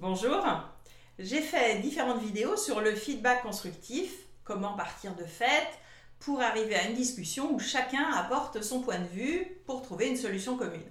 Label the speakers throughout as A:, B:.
A: Bonjour, j'ai fait différentes vidéos sur le feedback constructif, comment partir de fait pour arriver à une discussion où chacun apporte son point de vue pour trouver une solution commune.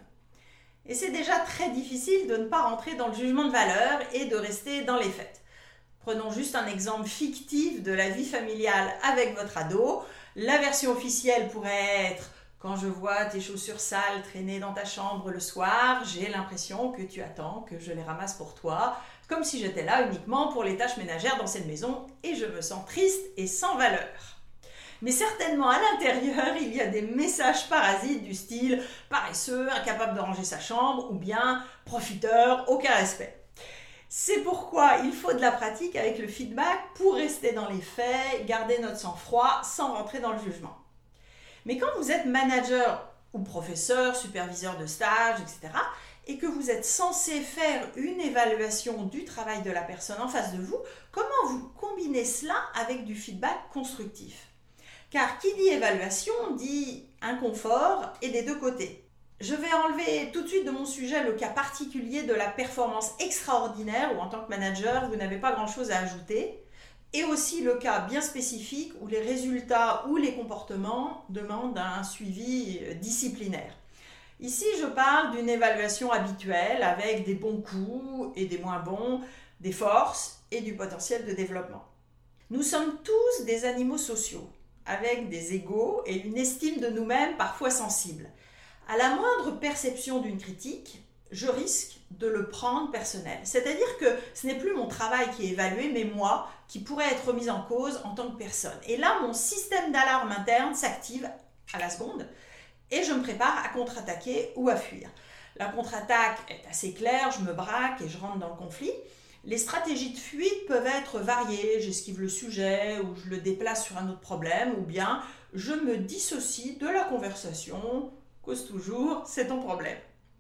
A: Et c'est déjà très difficile de ne pas rentrer dans le jugement de valeur et de rester dans les faits. Prenons juste un exemple fictif de la vie familiale avec votre ado. La version officielle pourrait être: quand je vois tes chaussures sales traîner dans ta chambre le soir, j'ai l'impression que tu attends que je les ramasse pour toi, comme si j'étais là uniquement pour les tâches ménagères dans cette maison et je me sens triste et sans valeur. Mais certainement à l'intérieur, il y a des messages parasites du style paresseux, incapable de ranger sa chambre ou bien profiteur, aucun respect. C'est pourquoi il faut de la pratique avec le feedback pour rester dans les faits, garder notre sang-froid sans rentrer dans le jugement. Mais quand vous êtes manager ou professeur, superviseur de stage, etc., et que vous êtes censé faire une évaluation du travail de la personne en face de vous, comment vous combinez cela avec du feedback constructif ? Car qui dit évaluation dit inconfort et des deux côtés. Je vais enlever tout de suite de mon sujet le cas particulier de la performance extraordinaire où en tant que manager, vous n'avez pas grand-chose à ajouter. Et aussi le cas bien spécifique où les résultats ou les comportements demandent un suivi disciplinaire. Ici, je parle d'une évaluation habituelle avec des bons coups et des moins bons, des forces et du potentiel de développement. Nous sommes tous des animaux sociaux, avec des égos et une estime de nous-mêmes parfois sensible. À la moindre perception d'une critique, je risque de le prendre personnel. C'est-à-dire que ce n'est plus mon travail qui est évalué, mais moi qui pourrais être remise en cause en tant que personne. Et là, mon système d'alarme interne s'active à la seconde et je me prépare à contre-attaquer ou à fuir. La contre-attaque est assez claire, je me braque et je rentre dans le conflit. Les stratégies de fuite peuvent être variées, j'esquive le sujet ou je le déplace sur un autre problème ou bien je me dissocie de la conversation, cause toujours, c'est ton problème.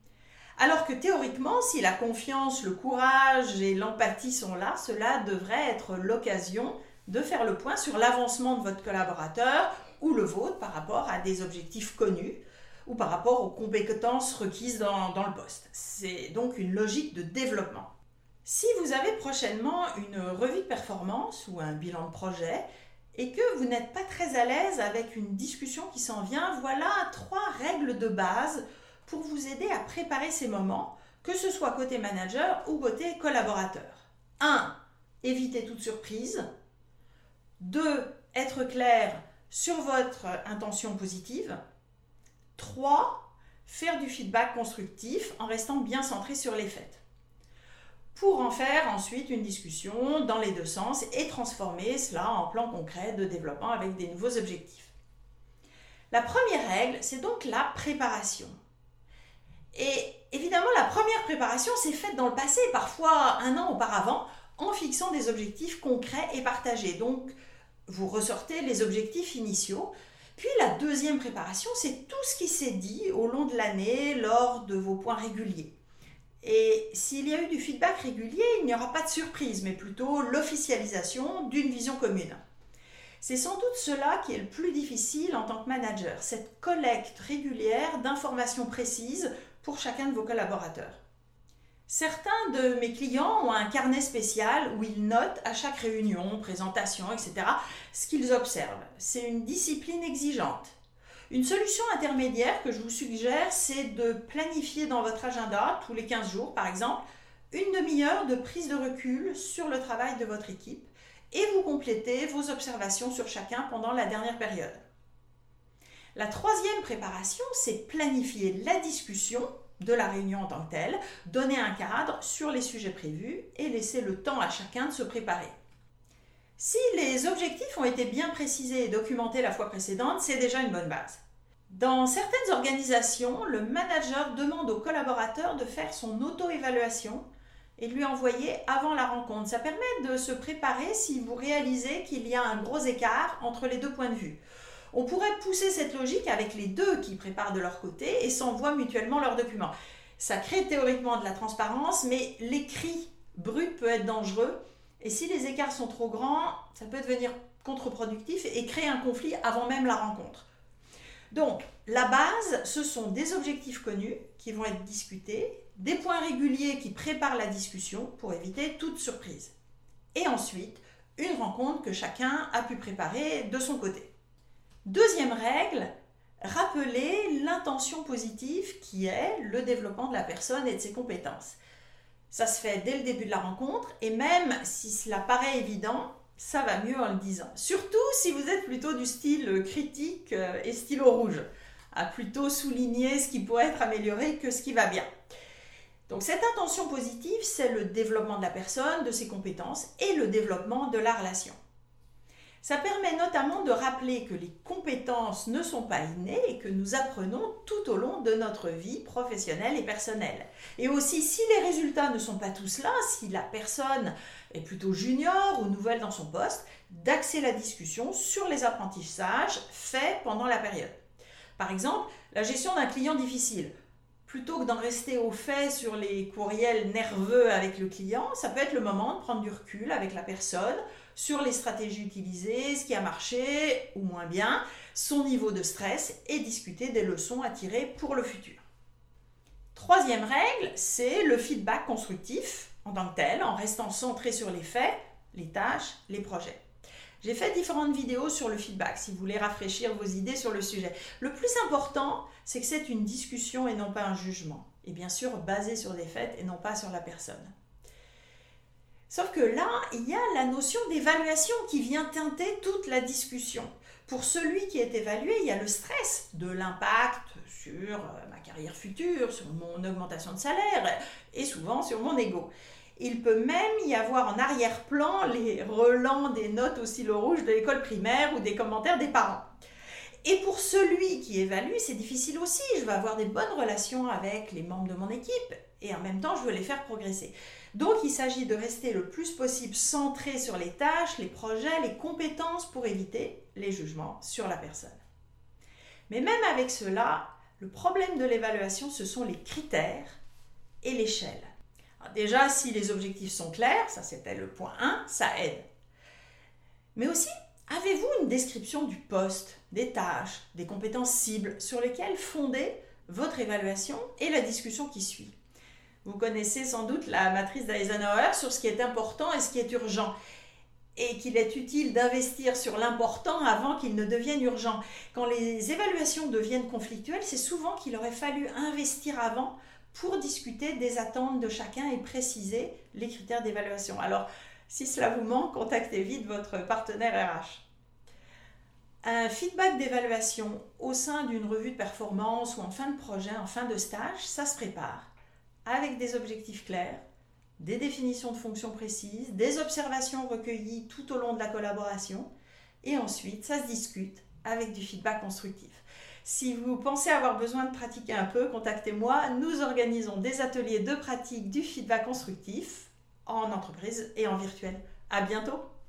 A: Alors que théoriquement, si la confiance, le courage et l'empathie sont là, cela devrait être l'occasion de faire le point sur l'avancement de votre collaborateur ou le vôtre par rapport à des objectifs connus ou par rapport aux compétences requises dans le poste. C'est donc une logique de développement. Si vous avez prochainement une revue de performance ou un bilan de projet et que vous n'êtes pas très à l'aise avec une discussion qui s'en vient, voilà 3 règles de base pour vous aider à préparer ces moments, que ce soit côté manager ou côté collaborateur. 1. Éviter toute surprise. 2. Être clair sur votre intention positive. 3. Faire du feedback constructif en restant bien centré sur les faits. Pour en faire ensuite une discussion dans les deux sens et transformer cela en plan concret de développement avec des nouveaux objectifs. La première règle, c'est donc la préparation. Et évidemment, la première préparation s'est faite dans le passé, parfois 1 an auparavant, en fixant des objectifs concrets et partagés. Donc, vous ressortez les objectifs initiaux. Puis la deuxième préparation, c'est tout ce qui s'est dit au long de l'année lors de vos points réguliers. Et s'il y a eu du feedback régulier, il n'y aura pas de surprise, mais plutôt l'officialisation d'une vision commune. C'est sans doute cela qui est le plus difficile en tant que manager, cette collecte régulière d'informations précises pour chacun de vos collaborateurs. Certains de mes clients ont un carnet spécial où ils notent à chaque réunion, présentation, etc. ce qu'ils observent. C'est une discipline exigeante. Une solution intermédiaire que je vous suggère, c'est de planifier dans votre agenda, tous les 15 jours par exemple, une demi-heure de prise de recul sur le travail de votre équipe et vous complétez vos observations sur chacun pendant la dernière période. La troisième préparation, c'est planifier la discussion de la réunion en tant que telle, donner un cadre sur les sujets prévus et laisser le temps à chacun de se préparer. Si les objectifs ont été bien précisés et documentés la fois précédente, c'est déjà une bonne base. Dans certaines organisations, le manager demande au collaborateur de faire son auto-évaluation et de lui envoyer avant la rencontre. Ça permet de se préparer si vous réalisez qu'il y a un gros écart entre les deux points de vue. On pourrait pousser cette logique avec les deux qui préparent de leur côté et s'envoient mutuellement leurs documents. Ça crée théoriquement de la transparence, mais l'écrit brut peut être dangereux. Et si les écarts sont trop grands, ça peut devenir contre-productif et créer un conflit avant même la rencontre. Donc, la base, ce sont des objectifs connus qui vont être discutés, des points réguliers qui préparent la discussion pour éviter toute surprise. Et ensuite, une rencontre que chacun a pu préparer de son côté. Deuxième règle, rappeler l'intention positive qui est le développement de la personne et de ses compétences. Ça se fait dès le début de la rencontre et même si cela paraît évident, ça va mieux en le disant. Surtout si vous êtes plutôt du style critique et stylo rouge, à plutôt souligner ce qui pourrait être amélioré que ce qui va bien. Donc cette intention positive, c'est le développement de la personne, de ses compétences et le développement de la relation. Ça permet notamment de rappeler que les compétences ne sont pas innées et que nous apprenons tout au long de notre vie professionnelle et personnelle. Et aussi, si les résultats ne sont pas tous là, si la personne est plutôt junior ou nouvelle dans son poste, d'axer la discussion sur les apprentissages faits pendant la période. Par exemple, la gestion d'un client difficile. Plutôt que d'en rester au fait sur les courriels nerveux avec le client, ça peut être le moment de prendre du recul avec la personne sur les stratégies utilisées, ce qui a marché ou moins bien, son niveau de stress et discuter des leçons à tirer pour le futur. Troisième règle, c'est le feedback constructif en tant que tel, en restant centré sur les faits, les tâches, les projets. J'ai fait différentes vidéos sur le feedback si vous voulez rafraîchir vos idées sur le sujet. Le plus important, c'est que c'est une discussion et non pas un jugement. Et bien sûr, basé sur des faits et non pas sur la personne. Sauf que là, il y a la notion d'évaluation qui vient teinter toute la discussion. Pour celui qui est évalué, il y a le stress de l'impact sur ma carrière future, sur mon augmentation de salaire et souvent sur mon ego. Il peut même y avoir en arrière-plan les relents des notes au stylo rouge de l'école primaire ou des commentaires des parents. Et pour celui qui évalue, c'est difficile aussi. Je veux avoir des bonnes relations avec les membres de mon équipe et en même temps, je veux les faire progresser. Donc, il s'agit de rester le plus possible centré sur les tâches, les projets, les compétences pour éviter les jugements sur la personne. Mais même avec cela, le problème de l'évaluation, ce sont les critères et l'échelle. Alors déjà, si les objectifs sont clairs, ça c'était le point 1, ça aide. Mais aussi, avez-vous une description du poste, des tâches, des compétences cibles sur lesquelles fonder votre évaluation et la discussion qui suit? Vous connaissez sans doute la matrice d'Eisenhower sur ce qui est important et ce qui est urgent. Et qu'il est utile d'investir sur l'important avant qu'il ne devienne urgent. Quand les évaluations deviennent conflictuelles, c'est souvent qu'il aurait fallu investir avant pour discuter des attentes de chacun et préciser les critères d'évaluation. Alors, si cela vous manque, contactez vite votre partenaire RH. Un feedback d'évaluation au sein d'une revue de performance ou en fin de projet, en fin de stage, ça se prépare avec des objectifs clairs, des définitions de fonctions précises, des observations recueillies tout au long de la collaboration et ensuite, ça se discute avec du feedback constructif. Si vous pensez avoir besoin de pratiquer un peu, contactez-moi. Nous organisons des ateliers de pratique du feedback constructif en entreprise et en virtuel. À bientôt!